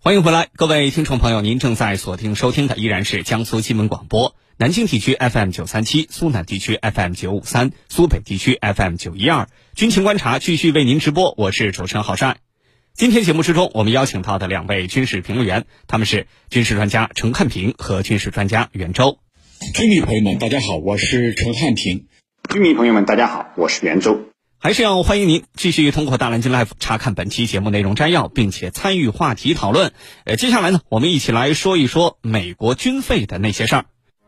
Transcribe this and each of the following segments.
欢迎回来，各位听众朋友，您正在锁定收听的依然是江苏新闻广播，南京地区 FM937， 苏南地区 FM953， 苏北地区 FM912， 军情观察继续为您直播，我是主持人郝帅。今天节目之中，我们邀请到的两位军事评论员，他们是军事专家陈汉平和军事专家袁周。 军迷朋友们，大家好，我是陈汉平。 军迷朋友们，大家好，我是袁周。 还是要欢迎您继续通过大蓝鲸 Live 查看本期节目内容摘要，并且参与话题讨论。接下来呢，我们一起来说一说美国军费的那些事儿。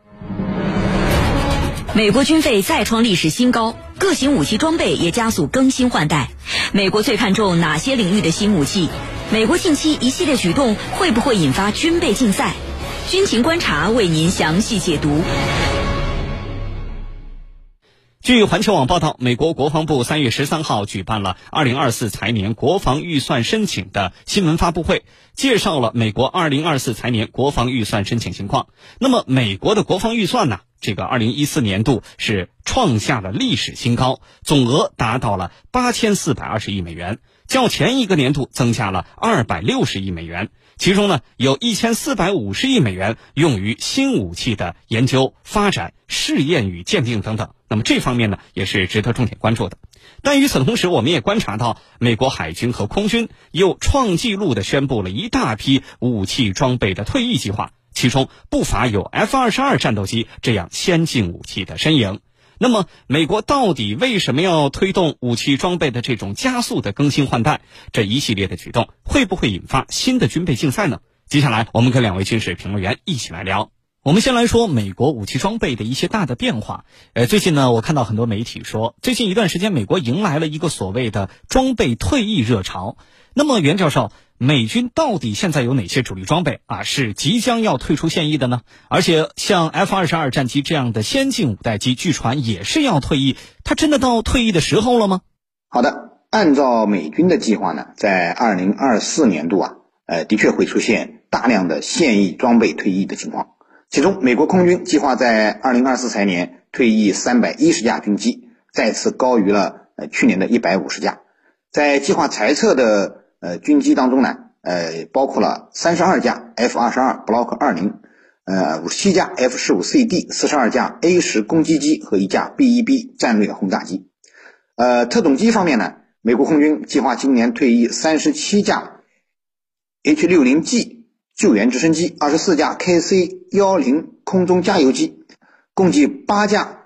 美国军费再创历史新高，各型武器装备也加速更新换代。美国最看重哪些领域的新武器？美国近期一系列举动会不会引发军备竞赛？军情观察为您详细解读。 据环球网报道，美国国防部3月13号举办了2024财年国防预算申请的新闻发布会，介绍了美国2024财年国防预算申请情况。那么美国的国防预算呢，这个2014年度是创下了历史新高，总额达到了8420亿美元，较前一个年度增加了260亿美元。其中呢，有1450亿美元用于新武器的研究、发展、试验与鉴定等等。那么这方面呢，也是值得重点关注的。但与此同时，我们也观察到，美国海军和空军又创纪录地宣布了一大批武器装备的退役计划，其中不乏有 F-22 战斗机这样先进武器的身影。那么美国到底为什么要推动武器装备的这种加速的更新换代？这一系列的举动会不会引发新的军备竞赛呢？接下来我们跟两位军事评论员一起来聊。我们先来说美国武器装备的一些大的变化。最近呢，我看到很多媒体说，最近一段时间美国迎来了一个所谓的装备退役热潮。那么袁教授，美军到底现在有哪些主力装备是即将要退出现役的呢？而且像 F-22 战机这样的先进五代机，据传也是要退役，它真的到退役的时候了吗？ 好的，按照美军的计划呢，在2024年度的确会出现大量的现役装备退役的情况。其中美国空军计划在2024财年退役310架军机，再次高于了去年的150架。在计划裁撤的军机当中呢，包括了32架 F-22 Block 20， 57架 F-15CD， 42架 A-10 攻击机和1架 B-1B 战略轰炸机。特种机方面呢，美国空军计划今年退役37架 H-60G 救援直升机， 24架 KC-10 空中加油机，共计8架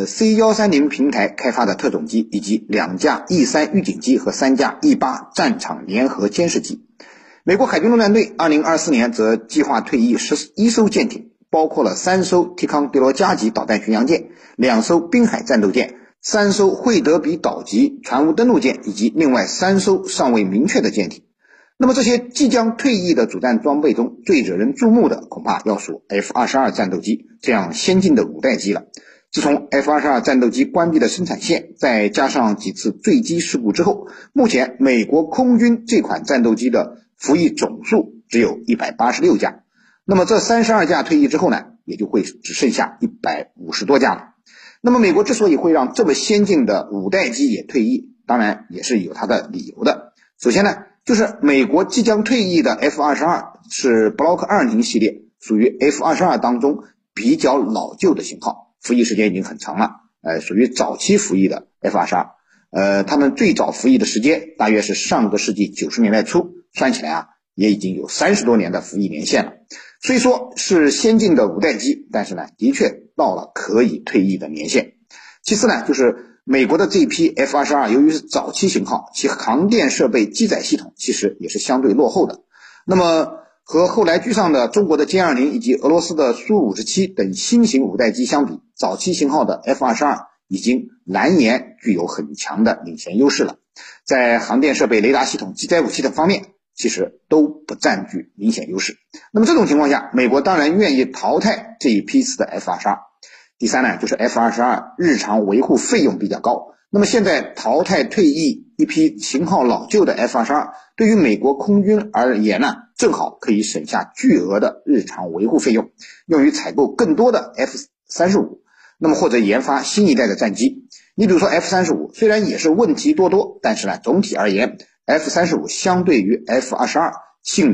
C-130平台开发的特种机，以及2架 E-3 预警机和3架 E-8 战场联合监视机。美国海军陆战队2024年则计划退役11艘舰艇，包括了3艘提康德罗加级导弹巡洋舰、2艘滨海战斗舰、3艘惠德比岛级船坞登陆舰，以及另外3艘尚未明确的舰艇。那么这些即将退役的主战装备中，最惹人注目的恐怕要数 F-22 战斗机这样先进的五代机了。自从 F-22 战斗机关闭了生产线，再加上几次坠机事故之后，目前美国空军这款战斗机的服役总数只有186架。那么这32架退役之后呢，也就会只剩下150多架了。那么美国之所以会让这么先进的五代机也退役，当然也是有它的理由的。首先呢，就是美国即将退役的 F-22 是 Block 20系列，属于 F-22 当中比较老旧的型号，服役时间已经很长了，属于早期服役的 F-22。他们最早服役的时间大约是上个世纪90年代初，算起来也已经有30多年的服役年限了。虽说是先进的五代机，但是呢，的确到了可以退役的年限。其次呢，就是美国的这批 F-22 由于是早期型号，其航电设备机载系统其实也是相对落后的。那么和后来居上的中国的歼20以及俄罗斯的苏57等新型五代机相比，早期型号的 F-22 已经蓝颜具有很强的领先优势了。在航电设备、雷达系统、机载武器等方面，其实都不占据明显优势。那么这种情况下，美国当然愿意淘汰这一批次的 F-22。第三呢，就是 F-22 日常维护费用比较高。那么现在淘汰退役一批型号老旧的 F-22， 对于美国空军而言呢，正好可以省下巨额的日常维护费用，用于采购更多的 F-35， 那么或者研发新一代的战机。你比如说 F-35 虽然也是问题多多，但是呢，总体而言 F-35 相对于 F-22 性能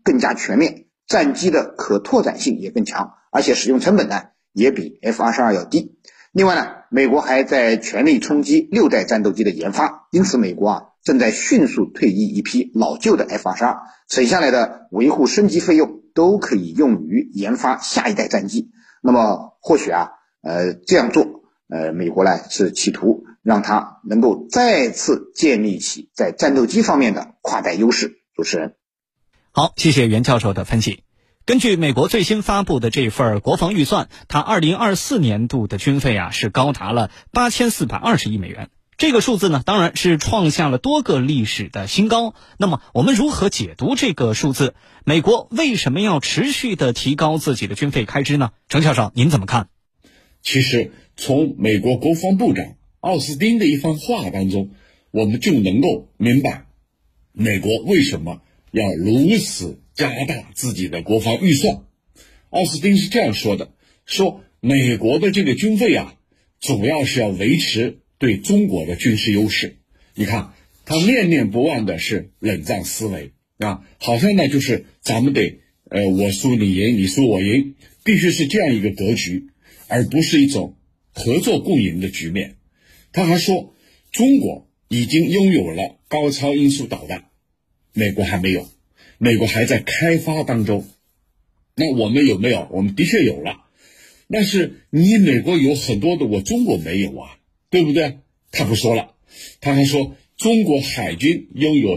更加全面，战机的可拓展性也更强，而且使用成本呢也比 F-22要低。另外呢，美国还在全力冲击6代战斗机的研发，因此美国正在迅速退役一批老旧的 F-22，省下来的维护升级费用都可以用于研发下一代战机。那么或许这样做美国呢是企图让它能够再次建立起在战斗机方面的跨代优势。主持人， 好，谢谢袁教授的分析。根据美国最新发布的这份国防预算，它2024年度的军费是高达了8420亿美元。这个数字呢，当然是创下了多个历史的新高。那么我们如何解读这个数字？美国为什么要持续的提高自己的军费开支呢？程教授，您怎么看？ 其实从美国国防部长奥斯汀的一番话当中，我们就能够明白美国为什么要如此加大自己的国防预算。奥斯汀是这样说的，说美国的这个军费主要是要维持对中国的军事优势。你看他念念不忘的是冷战思维好像呢就是咱们得我输你赢，你输我赢，必须是这样一个格局，而不是一种合作共赢的局面。他还说中国已经拥有了高超音速导弹，美国还没有，美国还在开发当中。那我们有没有？我们的确有了，但是你美国有很多的我中国没有对不对？他不说了，他还说中国海军拥有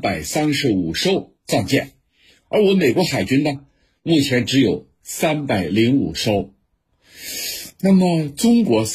335艘战舰，而我美国海军呢，目前只有305艘。那么中国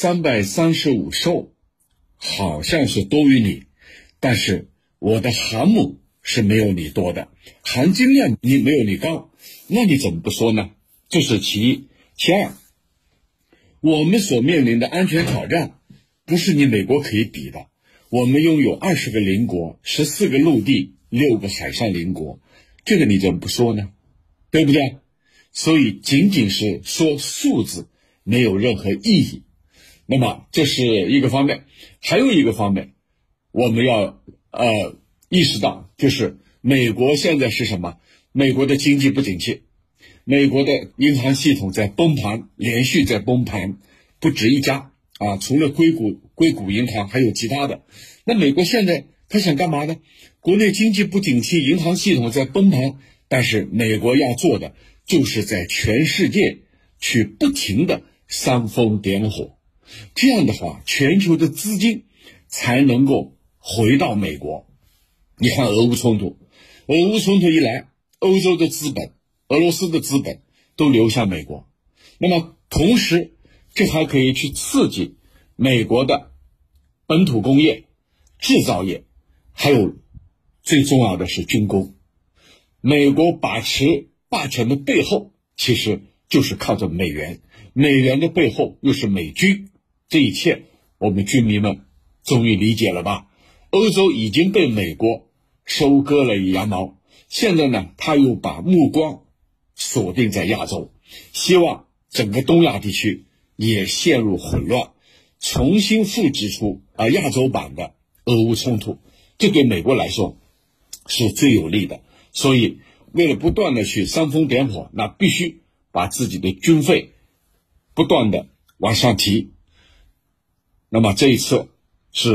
335艘好像是多于你，但是我的航母是没有你多的，含金量你没有你高，那你怎么不说呢？这是其一。其二，我们所面临的安全挑战不是你美国可以比的。我们拥有20个邻国，14个陆地，6个海上邻国，这个你怎么不说呢？对不对？所以仅仅是说数字没有任何意义。那么这是一个方面，还有一个方面我们要意识到，就是美国现在是什么？美国的经济不景气，美国的银行系统在崩盘，连续在崩盘，不止一家除了硅谷银行还有其他的。那美国现在他想干嘛呢？国内经济不景气，银行系统在崩盘，但是美国要做的就是在全世界去不停的煽风点火，这样的话全球的资金才能够回到美国。你看俄乌冲突一来，欧洲的资本，俄罗斯的资本都流向美国，那么同时这还可以去刺激美国的本土工业、制造业，还有最重要的是军工。美国把持霸权的背后其实就是靠着美元，美元的背后又是美军。这一切我们军迷们终于理解了吧？欧洲已经被美国收割了羊毛，现在呢他又把目光锁定在亚洲，希望整个东亚地区也陷入混乱，重新复制出亚洲版的俄乌冲突，这对美国来说是最有利的。所以为了不断的去煽风点火，那必须把自己的军费不断的往上提。那么这一次是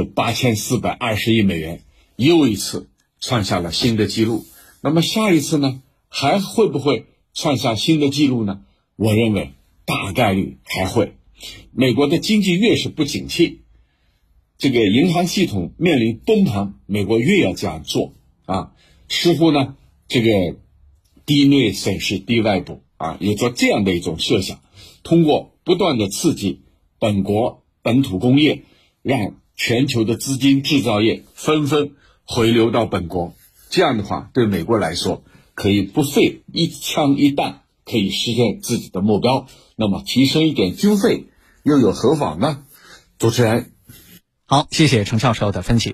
8420亿美元，又一次创下了新的纪录。那么下一次呢，还会不会创下新的纪录呢？我认为大概率还会。美国的经济越是不景气，这个银行系统面临崩盘，美国越要这样做似乎呢这个低内审视低外部有着这样的一种设想，通过不断的刺激本国本土工业，让全球的资金制造业纷纷回流到本国，这样的话对美国来说可以不费一枪一弹可以实现自己的目标，那么提升一点军费又有何妨呢？主持人， 好，谢谢程教授的分析。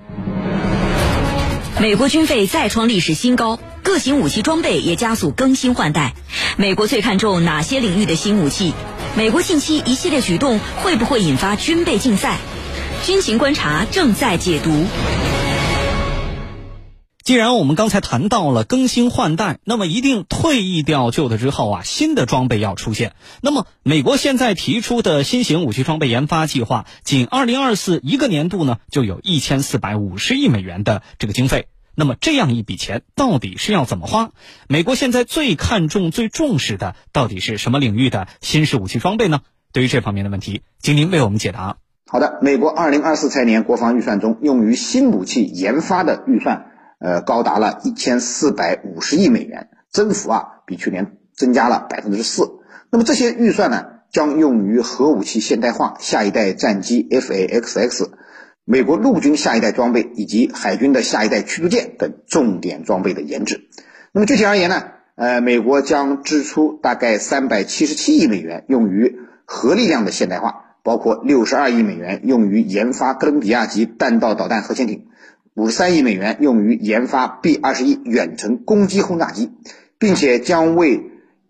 美国军费再创历史新高，各型武器装备也加速更新换代。美国最看重哪些领域的新武器？美国近期一系列举动会不会引发军备竞赛？军情观察正在解读。 既然我们刚才谈到了更新换代，那么一定退役掉旧的之后啊，新的装备要出现。那么美国现在提出的新型武器装备研发计划，仅2024一个年度呢，就有1450亿美元的这个经费。那么这样一笔钱到底是要怎么花？美国现在最看重、最重视的到底是什么领域的新式武器装备呢？对于这方面的问题，请您为我们解答。 好的，美国2024财年国防预算中用于新武器研发的预算高达了1450亿美元，增幅比去年增加了 4%。 那么这些预算呢，将用于核武器现代化、下一代战机 FAXX、 美国陆军下一代装备以及海军的下一代驱逐舰等重点装备的研制。那么具体而言呢，美国将支出大概377亿美元用于核力量的现代化，包括62亿美元用于研发哥伦比亚级弹道导弹核潜艇，53亿美元用于研发 B-21 远程攻击轰炸机，并且将为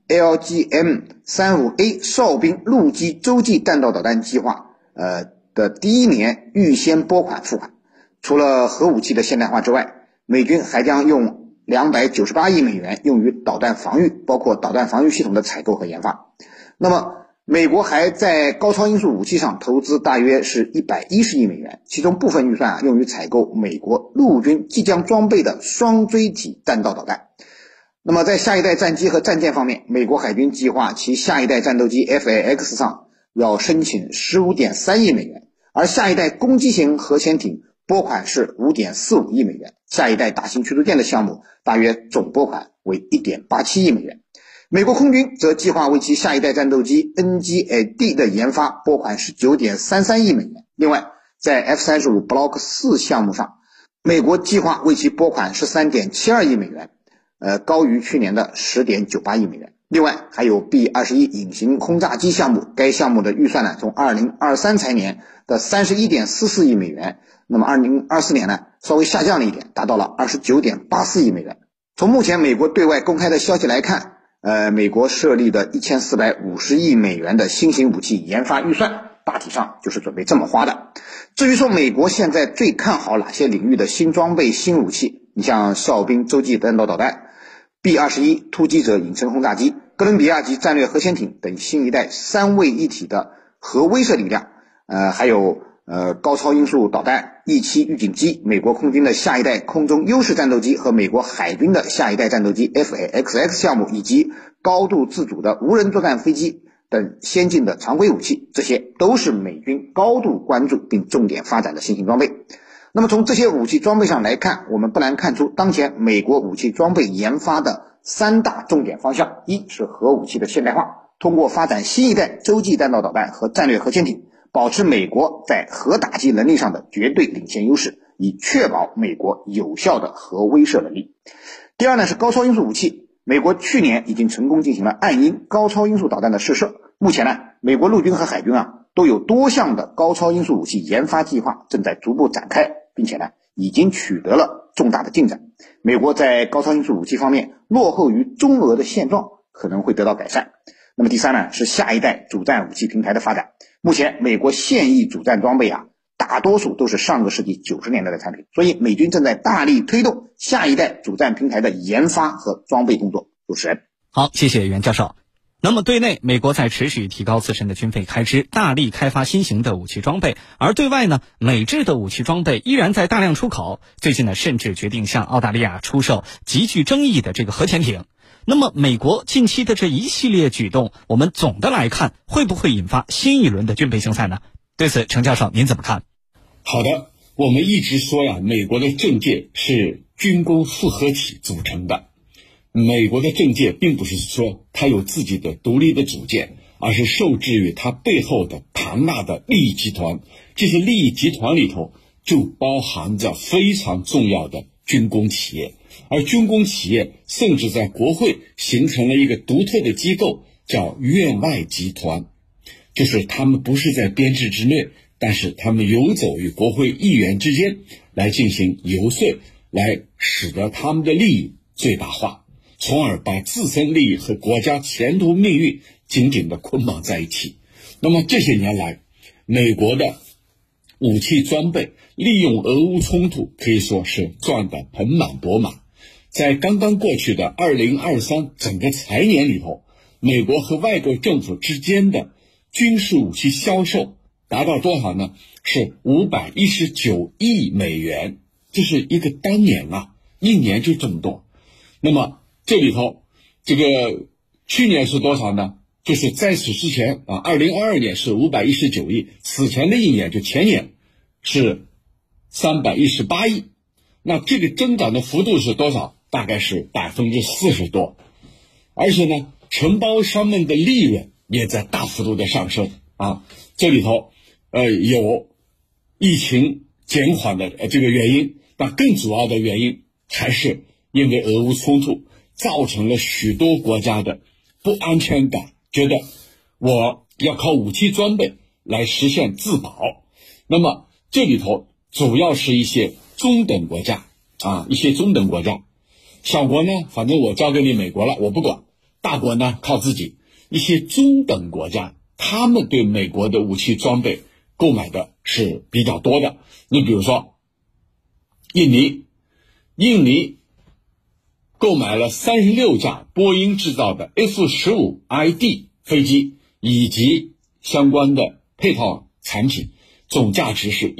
LGM-35A 哨兵陆基洲际弹道导弹计划的第一年预先拨款付款。除了核武器的现代化之外，美军还将用298亿美元用于导弹防御，包括导弹防御系统的采购和研发。那么美国还在高超音速武器上投资大约是110亿美元，其中部分预算用于采购美国陆军即将装备的双锥体弹道导弹。那么在下一代战机和战舰方面，美国海军计划其下一代战斗机 FAX 上要申请 15.3 亿美元，而下一代攻击型核潜艇拨款是 5.45 亿美元，下一代大型驱逐舰的项目大约总拨款为 1.87 亿美元。美国空军则计划为其下一代战斗机 NGAD 的研发拨款是 9.33 亿美元。另外，在 F-35 Block 4项目上，美国计划为其拨款 13.72 亿美元，高于去年的 10.98 亿美元。另外还有 B-21 隐形轰炸机项目，该项目的预算呢，从2023财年的 31.44 亿美元，那么2024年呢稍微下降了一点，达到了 29.84 亿美元。从目前美国对外公开的消息来看，美国设立的1450亿美元的新型武器研发预算，大体上就是准备这么花的。至于说美国现在最看好哪些领域的新装备、新武器，你像哨兵洲际弹道导弹、B-21 突击者隐身轰炸机、哥伦比亚级战略核潜艇等新一代三位一体的核威慑力量，还有高超音速导弹、E-7预警机、美国空军的下一代空中优势战斗机和美国海军的下一代战斗机 FAXX 项目，以及高度自主的无人作战飞机等先进的常规武器，这些都是美军高度关注并重点发展的新型装备。那么从这些武器装备上来看，我们不难看出当前美国武器装备研发的三大重点方向。一是核武器的现代化，通过发展新一代洲际弹道导弹和战略核潜艇，保持美国在核打击能力上的绝对领先优势，以确保美国有效的核威慑能力。第二呢是高超音速武器，美国去年已经成功进行了暗鹰高超音速导弹的试射，目前呢美国陆军和海军都有多项的高超音速武器研发计划正在逐步展开，并且呢已经取得了重大的进展。美国在高超音速武器方面落后于中俄的现状可能会得到改善。那么第三呢是下一代主战武器平台的发展。目前美国现役主战装备大多数都是上个世纪90年代的产品，所以美军正在大力推动下一代主战平台的研发和装备工作。主持人， 好，谢谢袁教授。那么对内，美国在持续提高自身的军费开支，大力开发新型的武器装备；而对外呢，美制的武器装备依然在大量出口。最近呢，甚至决定向澳大利亚出售极具争议的这个核潜艇。那么美国近期的这一系列举动，我们总的来看，会不会引发新一轮的军备竞赛呢？对此，程教授您怎么看？ 好的，我们一直说美国的政界是军工复合体组成的。美国的政界并不是说它有自己的独立的主见，而是受制于它背后的庞大的利益集团。这些利益集团里头就包含着非常重要的军工企业，而军工企业甚至在国会形成了一个独特的机构，叫院外集团，就是他们不是在编制之内，但是他们游走于国会议员之间来进行游说，来使得他们的利益最大化，从而把自身利益和国家前途命运紧紧地捆绑在一起。那么这些年来，美国的武器装备，利用俄乌冲突可以说是赚得盆满钵满。在刚刚过去的2023整个财年里头，美国和外国政府之间的军事武器销售达到多少呢？是519亿美元，这是一个单年啊，一年就这么多。那么这里头这个去年是多少呢？就是在此之前啊，2022年是519亿，此前的一年就前年是318亿。那这个增长的幅度是多少？大概是40%多。而且呢，承包商们的利润也在大幅度的上升啊。这里头有疫情减缓的这个原因，但更主要的原因还是因为俄乌冲突造成了许多国家的不安全感，觉得我要靠武器装备来实现自保。那么这里头主要是一些中等国家啊，一些中等国家，小国呢反正我交给你美国了，我不管，大国呢靠自己。一些中等国家他们对美国的武器装备购买的是比较多的。你比如说印尼购买了36架波音制造的 F-15ID 飞机以及相关的配套产品，总价值是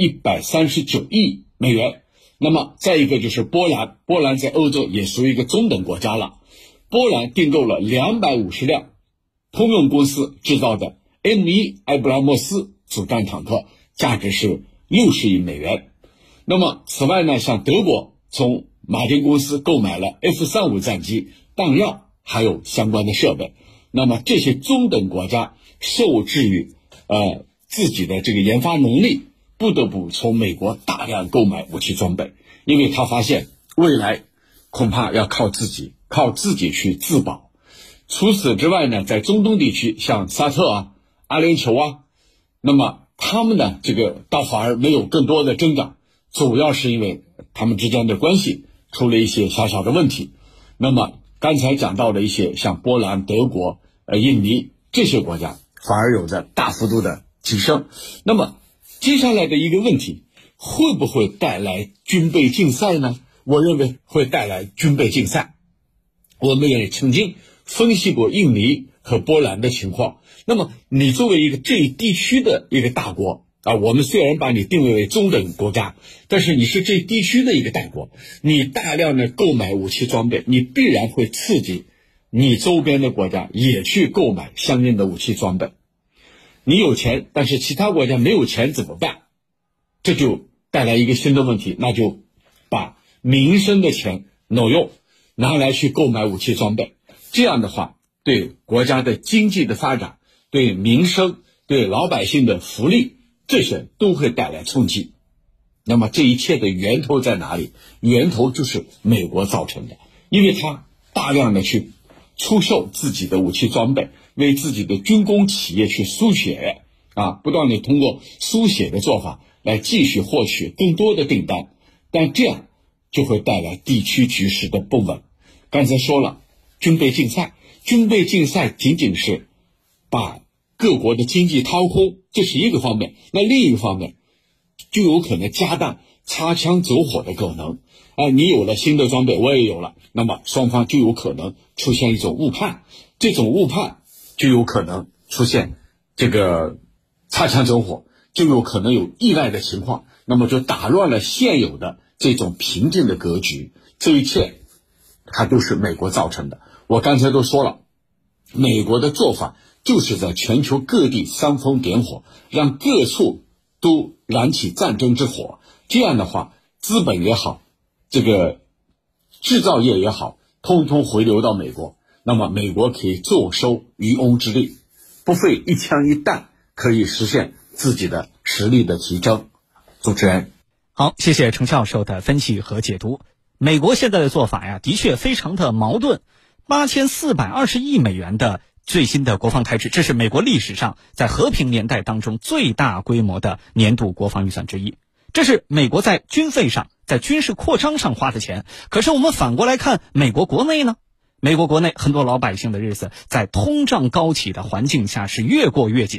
139亿美元。那么再一个就是波兰在欧洲也属于一个中等国家了。波兰订购了250辆通用公司制造的 M1 埃布拉莫斯主战坦克，价值是60亿美元。那么此外呢，像德国从马丁公司购买了 F-35 战机、弹药还有相关的设备。那么这些中等国家受制于自己的这个研发能力，不得不从美国大量购买武器装备，因为他发现未来恐怕要靠自己去自保。除此之外呢，在中东地区，像沙特啊、阿联酋啊，那么他们呢这个倒反而没有更多的增长，主要是因为他们之间的关系出了一些小小的问题。那么刚才讲到的一些像波兰、德国、印尼这些国家反而有着大幅度的提升。那么接下来的一个问题，会不会带来军备竞赛呢？我认为会带来军备竞赛。我们也曾经分析过印尼和波兰的情况。那么你作为一个这一地区的一个大国啊，我们虽然把你定位为中等国家，但是你是这地区的一个大国，你大量的购买武器装备，你必然会刺激你周边的国家也去购买相应的武器装备。你有钱，但是其他国家没有钱怎么办？这就带来一个新的问题，那就把民生的钱挪用，拿来去购买武器装备。这样的话，对国家的经济的发展、对民生、对老百姓的福利，这些都会带来冲击。那么这一切的源头在哪里？源头就是美国造成的，因为它大量的去出售自己的武器装备，为自己的军工企业去输血啊，不断的通过输血的做法来继续获取更多的订单，但这样就会带来地区局势的不稳。刚才说了，军备竞赛仅仅是把各国的经济掏空，这是一个方面。那另一个方面就有可能加大擦枪走火的可能啊，你有了新的装备，我也有了，那么双方就有可能出现一种误判，这种误判就有可能出现这个擦枪走火，就有可能有意外的情况，那么就打乱了现有的这种平静的格局。这一切它都是美国造成的。我刚才都说了，美国的做法就是在全球各地煽风点火，让各处都燃起战争之火。这样的话，资本也好，这个制造业也好，通通回流到美国，那么美国可以坐收渔翁之利，不费一枪一弹，可以实现自己的实力的提升。主持人， 好，谢谢程教授的分析和解读。美国现在的做法呀，的确非常的矛盾。8420亿美元的最新的国防开支，这是美国历史上在和平年代当中最大规模的年度国防预算之一。这是美国在军费上、在军事扩张上花的钱。可是我们反过来看美国国内呢？美国国内很多老百姓的日子在通胀高企的环境下是越过越紧。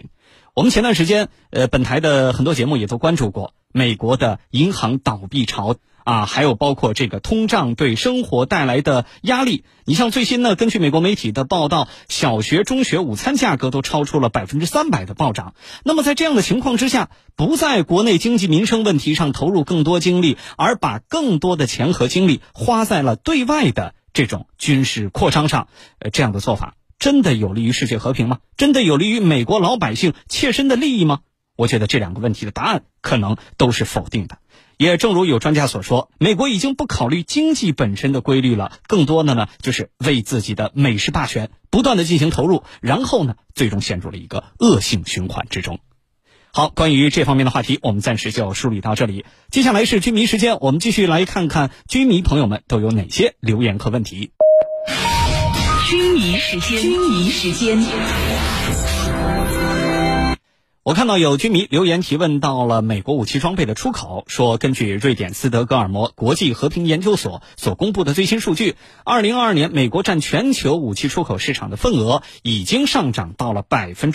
我们前段时间本台的很多节目也都关注过美国的银行倒闭潮还有包括这个通胀对生活带来的压力。你像最新呢，根据美国媒体的报道，小学中学午餐价格都超出了300%的暴涨。那么在这样的情况之下，不在国内经济民生问题上投入更多精力，而把更多的钱和精力花在了对外的这种军事扩张上，这样的做法真的有利于世界和平吗？真的有利于美国老百姓切身的利益吗？我觉得这两个问题的答案可能都是否定的。也正如有专家所说，美国已经不考虑经济本身的规律了，更多的呢就是为自己的美式霸权不断的进行投入，然后呢最终陷入了一个恶性循环之中。好，关于这方面的话题我们暂时就梳理到这里。接下来是军迷时间，我们继续来看看军迷朋友们都有哪些留言和问题。 军迷时间。 我看到有军迷留言提问到了美国武器装备的出口，说根据瑞典斯德哥尔摩国际和平研究所所公布的最新数据，2022年美国占全球武器出口市场的份额已经上涨到了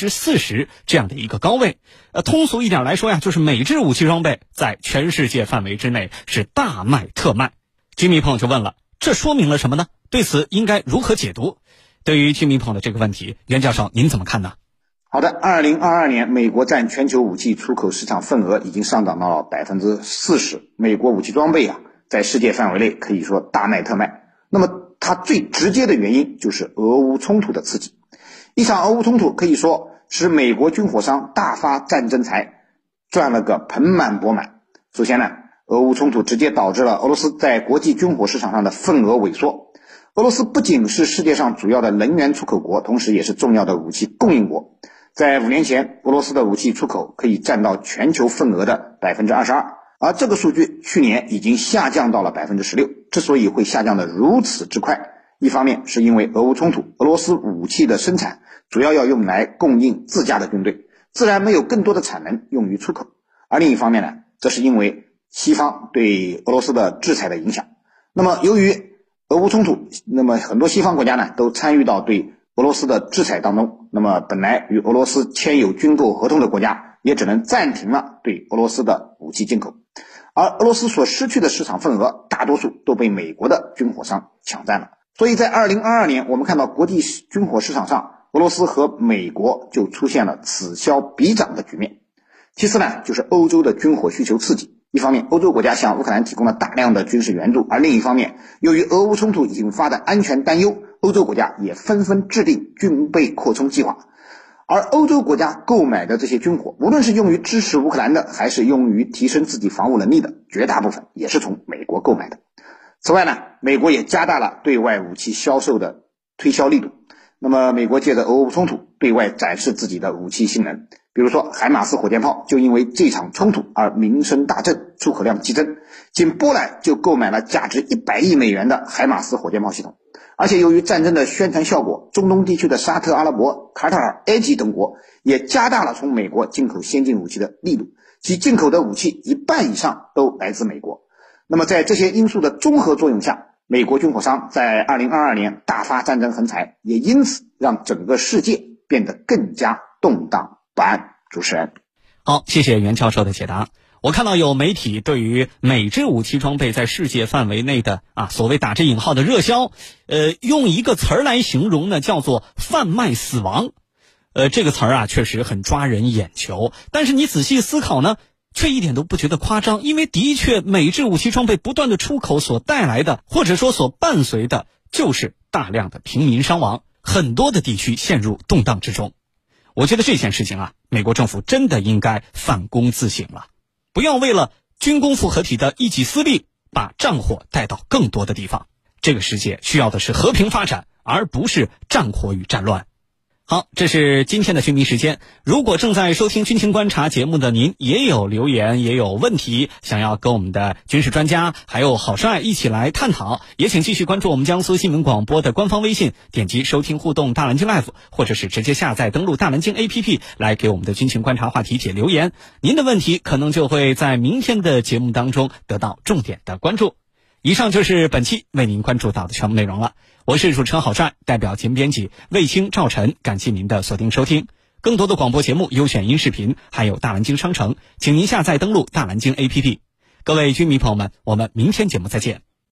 40%这样的一个高位。通俗一点来说呀，就是美制武器装备在全世界范围之内是大卖特卖。军迷朋友就问了，这说明了什么呢？对此应该如何解读？对于军迷朋友的这个问题，袁教授您怎么看呢？ 好的，2022年美国占全球武器出口市场份额已经上涨到了40%，美国武器装备在世界范围内可以说大卖特卖。那么它最直接的原因就是俄乌冲突的刺激。一场俄乌冲突可以说使美国军火商大发战争财，赚了个盆满钵满。首先呢，俄乌冲突直接导致了俄罗斯在国际军火市场上的份额萎缩。俄罗斯不仅是世界上主要的能源出口国，同时也是重要的武器供应国。在5年前，俄罗斯的武器出口可以占到全球份额的 22%， 而这个数据去年已经下降到了 16%。 之所以会下降的如此之快，一方面是因为俄乌冲突，俄罗斯武器的生产主要要用来供应自家的军队，自然没有更多的产能用于出口。而另一方面呢，这是因为西方对俄罗斯的制裁的影响。那么由于俄乌冲突，那么很多西方国家呢都参与到对俄罗斯的制裁当中，那么本来与俄罗斯签有军购合同的国家也只能暂停了对俄罗斯的武器进口，而俄罗斯所失去的市场份额大多数都被美国的军火商抢占了。所以在2022年，我们看到国际军火市场上，俄罗斯和美国就出现了此消彼长的局面。其次呢，就是欧洲的军火需求刺激。一方面，欧洲国家向乌克兰提供了大量的军事援助，而另一方面，由于俄乌冲突引发的安全担忧，欧洲国家也纷纷制定军备扩充计划。而欧洲国家购买的这些军火，无论是用于支持乌克兰的，还是用于提升自己防务能力的，绝大部分也是从美国购买的。此外呢，美国也加大了对外武器销售的推销力度。那么美国借着俄乌冲突对外展示自己的武器性能，比如说海马斯火箭炮就因为这场冲突而名声大振，出口量激增。仅波兰就购买了价值100亿美元的海马斯火箭炮系统。而且由于战争的宣传效果，中东地区的沙特阿拉伯、卡塔尔、埃及等国也加大了从美国进口先进武器的力度，其进口的武器1半以上都来自美国。那么在这些因素的综合作用下，美国军火商在2022年大发战争横财，也因此让整个世界变得更加动荡不安。主持人， 好，谢谢袁教授的解答。我看到有媒体对于美制武器装备在世界范围内的所谓打着引号的热销，用一个词儿来形容呢，叫做贩卖死亡。这个词儿确实很抓人眼球，但是你仔细思考呢，却一点都不觉得夸张，因为的确美制武器装备不断的出口所带来的，或者说所伴随的，就是大量的平民伤亡，很多的地区陷入动荡之中。我觉得这件事情美国政府真的应该反躬自省了，不要为了军工复合体的一己私利，把战火带到更多的地方。这个世界需要的是和平发展，而不是战火与战乱。好，这是今天的军迷时间。如果正在收听军情观察节目的您，也有留言，也有问题，想要跟我们的军事专家还有郝帅一起来探讨，也请继续关注我们江苏新闻广播的官方微信，点击收听互动大蓝鲸 Live， 或者是直接下载登录大蓝鲸 APP 来给我们的军情观察话题帖留言。您的问题可能就会在明天的节目当中得到重点的关注。以上就是本期为您关注到的全部内容了。我是主持人郝帅，代表节目编辑卫青、赵晨，感谢您的锁定收听。 更多的广播节目、优选音视频，还有大蓝鲸商城，请您下载登录大蓝鲸 APP。各位军迷朋友们，我们明天节目再见。